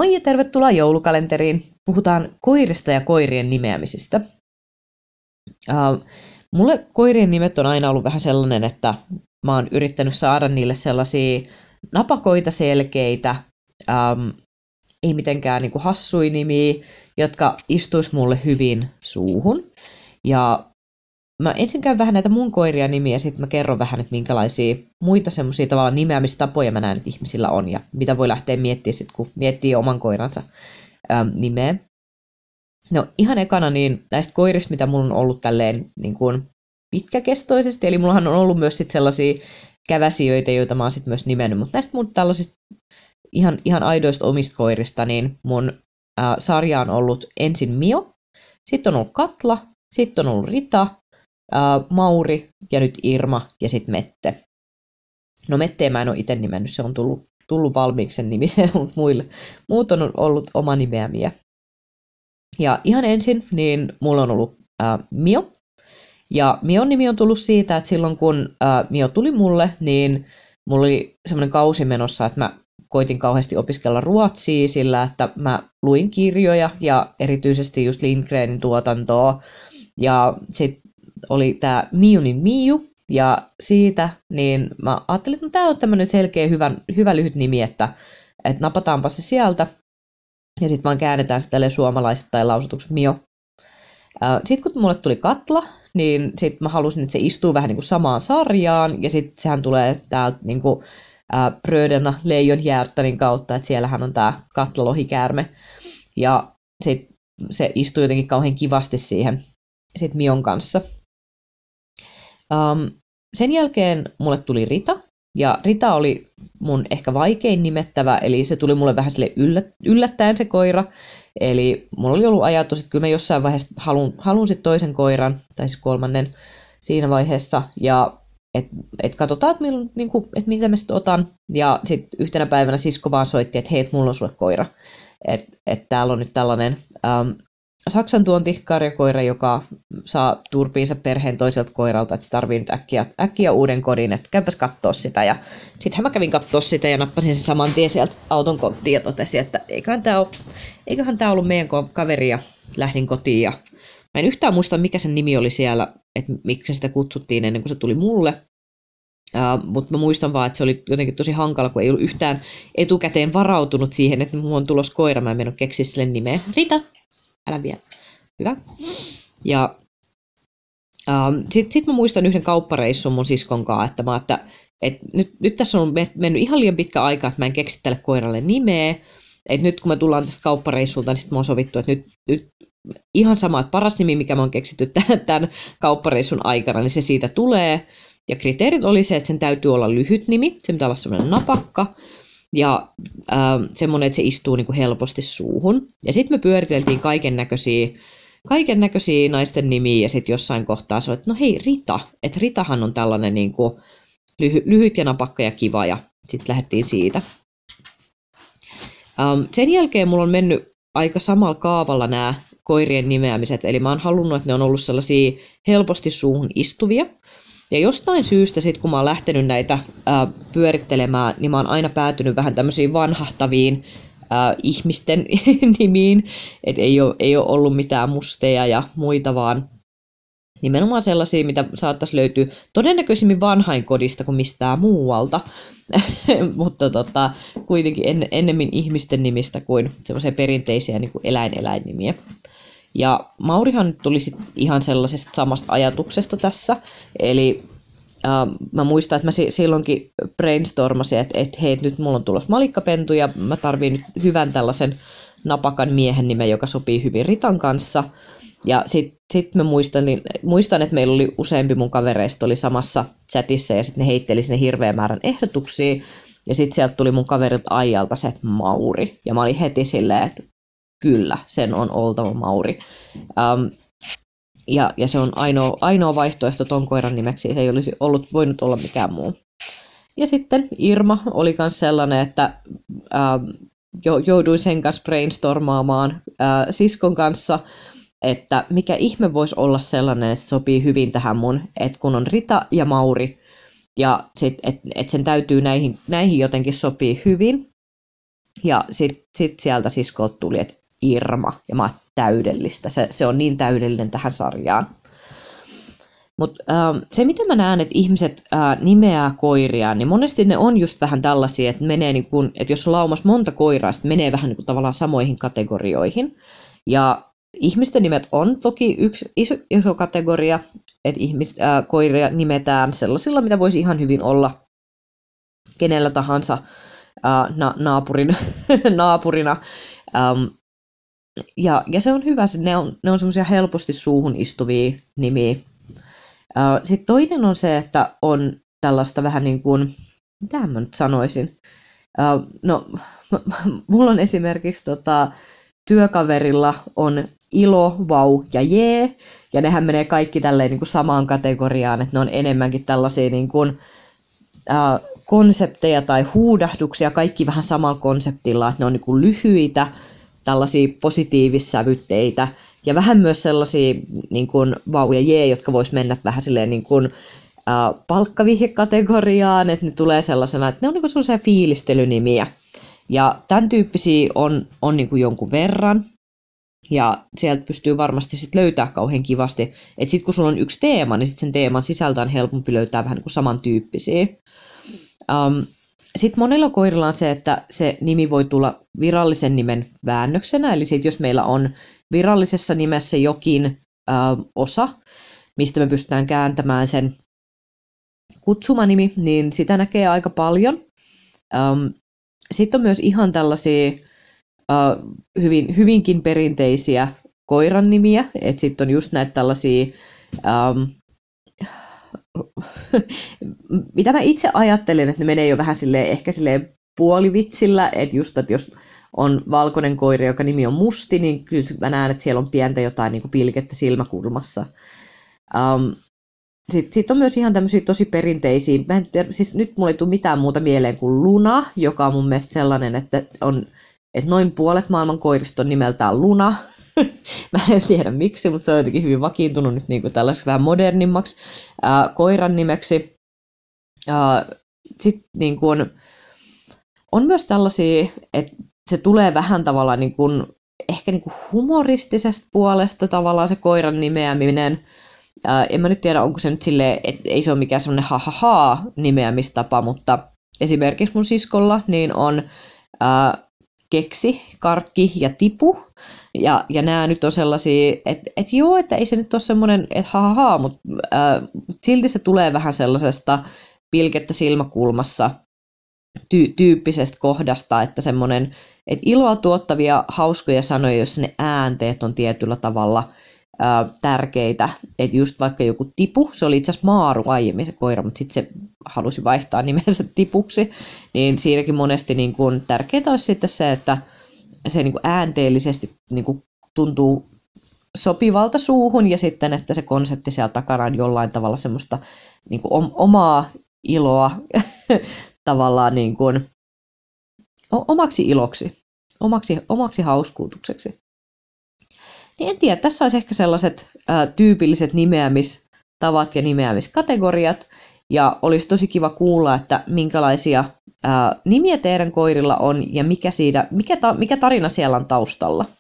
Moi ja tervetuloa joulukalenteriin. Puhutaan koirista ja koirien nimeämisistä. Mulle koirien nimet on aina ollut vähän sellainen, että mä oon yrittänyt saada niille sellaisia napakoita, selkeitä, ei mitenkään niinku hassui nimiä, jotka istuis mulle hyvin suuhun. Ja mä ensin käyn vähän näitä mun koiria nimiä ja sitten mä kerron vähän, että minkälaisia muita semmoisia tavallaan nimeämistapoja mä näen, että ihmisillä on ja mitä voi lähteä miettimään sitten, kun miettii oman koiransa nimeä. No ihan ekana niin näistä koirista, mitä mulla on ollut tälleen niin kuin pitkäkestoisesti, eli mullahan on ollut myös sit sellaisia käväsijöitä, joita mä oon sit myös nimennyt, mutta näistä mun tällaisista ihan aidoista omista koirista, niin mun sarja on ollut ensin Mio, sitten on ollut Katla, sitten on ollut Rita, Mauri ja nyt Irma ja sitten Mette. No Metteä mä en ole itse nimennyt, se on tullut valmiiksi sen nimiseen, mutta muut on ollut oma nimeämiä. Ja ihan ensin niin mulla on ollut Mio. Ja Mion nimi on tullut siitä, että silloin kun Mio tuli mulle, niin mulla oli semmoinen kausi menossa, että mä koitin kauheasti opiskella ruotsia sillä, että mä luin kirjoja ja erityisesti just Lindgrenin tuotantoa. Ja sitten oli tää Miunin Miu, ja siitä niin mä ajattelin, että no, tää on tämmönen selkeä hyvä lyhyt nimi, että napataanpa se sieltä. Ja sitten vaan käännetään se tälleen suomalaiset tai lausutuksi Mio. Sitten kun mulle tuli Katla, niin sitten mä halusin, että se istuu vähän niin kuin samaan sarjaan. Ja sitten sehän tulee täältä niin kuin Bröderna Lejonhjärtanin kautta, että siellähän on tää Katla-lohikäärme. Ja sitten se istuu jotenkin kauhean kivasti siihen sit Mion kanssa. Sen jälkeen mulle tuli Rita. Ja Rita oli mun ehkä vaikein nimettävä, eli se tuli mulle vähän sille yllättäen se koira. Eli mulla oli ollut ajatus, että kyllä mä jossain vaiheessa haluan sit toisen koiran, tai siis kolmannen siinä vaiheessa. Ja et katsotaan, että mitä mä sitten otan. Ja sitten yhtenä päivänä sisko vaan soitti, että hei, mulla on sulle koira. Että täällä on nyt tällainen Saksan tuontikarjakoira, joka saa turpiinsa perheen toiselta koiralta, että se tarvii nyt äkkiä uuden kodin, että käypäs kattoo sitä. Ja sittenhän mä kävin kattoo sitä ja nappasin sen saman tien sieltä auton kotiin ja totesin, että eiköhän tää ollut meidän kaveri ja lähdin kotiin. Ja mä en yhtään muista, mikä sen nimi oli siellä, että miksi sitä kutsuttiin ennen kuin se tuli mulle. Mutta mä muistan vaan, että se oli jotenkin tosi hankala, kun ei ollut yhtään etukäteen varautunut siihen, että mulla on tulossa koira, mä en mennyt keksiä sille nimeä. Rita! Älä vielä. Hyvä. Ja sit mä muistan yhden kauppareissun mun siskon kanssa, että mä että nyt tässä on mennyt ihan liian pitkä aika, että mä en keksi tälle koiralle nimeä. Et nyt kun me tullaan tästä kauppareissulta, niin sit mä oon sovittu, että nyt ihan sama, että paras nimi, mikä mä oon keksitty tämän kauppareissun aikana, niin se siitä tulee. Ja kriteerit oli se, että sen täytyy olla lyhyt nimi, se pitää olla semmoinen napakka. Ja semmoinen, että se istuu niin kuin helposti suuhun. Ja sitten me pyöriteltiin kaiken näköisiä naisten nimiä ja sitten jossain kohtaa se oli, että no hei Rita. Että Ritahan on tällainen niin kuin lyhyt ja napakka ja kiva ja sitten lähdettiin siitä. Sen jälkeen mulla on mennyt aika samalla kaavalla nämä koirien nimeämiset. Eli mä oon halunnut, että ne on ollut sellaisia helposti suuhun istuvia. Ja jostain syystä sit kun mä oon lähtenyt näitä pyörittelemään, niin mä oon aina päätynyt vähän tämmöisiin vanhahtaviin ihmisten nimiin. Et ei ole ollut mitään musteja ja muita, vaan nimenomaan sellaisia, mitä saattaisi löytyä todennäköisimmin vanhainkodista kuin mistään muualta. Mutta kuitenkin ennemmin ihmisten nimistä kuin semmoisia perinteisiä niin kuin eläinnimiä. Ja Maurihan nyt tuli sit ihan sellaisesta samasta ajatuksesta tässä, eli mä muistan, että mä silloinkin brainstormasin, että hei, nyt mulla on tulossa malikkapentu ja mä tarviin nyt hyvän tällaisen napakan miehen nimen, joka sopii hyvin Ritan kanssa. Ja sit mä muistan, että meillä oli useampi mun kavereista oli samassa chatissa ja sitten ne heitteli sinne hirveän määrän ehdotuksia. Ja sitten sieltä tuli mun kaverilta Aijalta se, että Mauri. Ja mä olin heti silleen, että kyllä, sen on oltava Mauri. Ja se on ainoa vaihtoehto ton koiran nimeksi. Se ei olisi voinut olla mikään muu. Ja sitten Irma oli myös sellainen, että jouduin sen kanssa brainstormaamaan siskon kanssa, että mikä ihme voisi olla sellainen, että se sopii hyvin tähän mun, että kun on Rita ja Mauri, ja sitten että sen täytyy näihin jotenkin sopii hyvin. Ja sit sieltä siskolta tuli, että Irma, ja mä oon täydellistä. Se on niin täydellinen tähän sarjaan. Mutta se, miten mä näen, että ihmiset nimeää koiria, niin monesti ne on just vähän tällaisia, että menee niin kun, että jos on laumassa monta koiraa, sitten menee vähän niin kuin tavallaan samoihin kategorioihin. Ja ihmisten nimet on toki yksi iso kategoria, että koiria nimetään sellaisilla, mitä voisi ihan hyvin olla kenellä tahansa naapurina. Ja se on hyvä, ne on semmoisia helposti suuhun istuvia nimiä. Sitten toinen on se, että on tällaista vähän niin kuin, mitä mä nyt sanoisin, mulla on esimerkiksi työkaverilla on Ilo, Vau ja Jee, ja nehän menee kaikki tälleen niin kuin samaan kategoriaan, että ne on enemmänkin tällaisia niin kuin, konsepteja tai huudahduksia, kaikki vähän samalla konseptilla, että ne on niin kuin lyhyitä, tällaisia positiivissävytteitä, ja vähän myös sellaisia niin kuin Vau ja Jee, jotka vois mennä vähän silleen niin kuin palkkavihjekategoriaan, että ne tulee sellaisena, että ne on niin kuin sellaisia fiilistelynimiä. Ja tämän tyyppisiä on niin kuin jonkun verran, ja sieltä pystyy varmasti sit löytää kauhean kivasti, että sitten kun sulla on yksi teema, niin sit sen teeman sisältä on helpompi löytää vähän niin kuin samantyyppisiä. Sitten monilla koirilla on se, että se nimi voi tulla virallisen nimen väännöksenä, eli sit jos meillä on virallisessa nimessä jokin osa, mistä me pystytään kääntämään sen kutsumanimi, niin sitä näkee aika paljon. Sitten on myös ihan tällaisia hyvinkin perinteisiä koiran nimiä, että sitten on just näitä tällaisia, mitä mä itse ajattelen, että ne menee jo vähän ehkä silleen puolivitsillä, että just, että jos on valkoinen koira, joka nimi on Musti, niin kyllä mä näen, että siellä on pientä jotain niin kuin pilkettä silmäkulmassa. Sitten on myös ihan tämmöisiä tosi perinteisiä, mä en tiedä, siis nyt mulla ei tule mitään muuta mieleen kuin Luna, joka on mun mielestä sellainen, että noin puolet maailman koirista on nimeltään Luna. Mä en tiedä miksi, mutta se on jotenkin hyvin vakiintunut nyt niin kuin tällaiseksi vähän modernimmaksi koiran nimeksi. Sitten niin kuin, on myös tällaisia, että se tulee vähän tavallaan niin kuin, ehkä niin kuin humoristisesta puolesta tavallaan se koiran nimeäminen. En mä nyt tiedä, onko se nyt silleen, että ei se ole mikään semmoinen ha-ha-ha nimeämistapa, mutta esimerkiksi mun siskolla niin on Keksi, Karkki ja Tipu. Ja nämä nyt on sellaisia, että joo, että ei se nyt ole semmoinen, että ha-ha-ha, mutta silti se tulee vähän sellaisesta pilkettä silmäkulmassa tyyppisestä kohdasta, että semmoinen, että iloa tuottavia hauskoja sanoja, joissa ne äänteet on tietyllä tavalla tärkeitä, että just vaikka joku Tipu, se oli itse asiassa Maaru aiemmin se koira, mutta sitten se halusi vaihtaa nimensä Tipuksi, niin siinäkin monesti niin kun tärkeää olisi sitten se, että se niin kun äänteellisesti niin kun tuntuu sopivalta suuhun ja sitten, että se konsepti siellä takana on jollain tavalla semmoista niin kun omaa iloa tavallaan niin kun, omaksi iloksi, omaksi hauskuutukseksi. Niin en tiedä, tässä olisi ehkä sellaiset tyypilliset nimeämistavat ja nimeämiskategoriat, ja olisi tosi kiva kuulla, että minkälaisia nimiä teidän koirilla on, ja mikä tarina siellä on taustalla.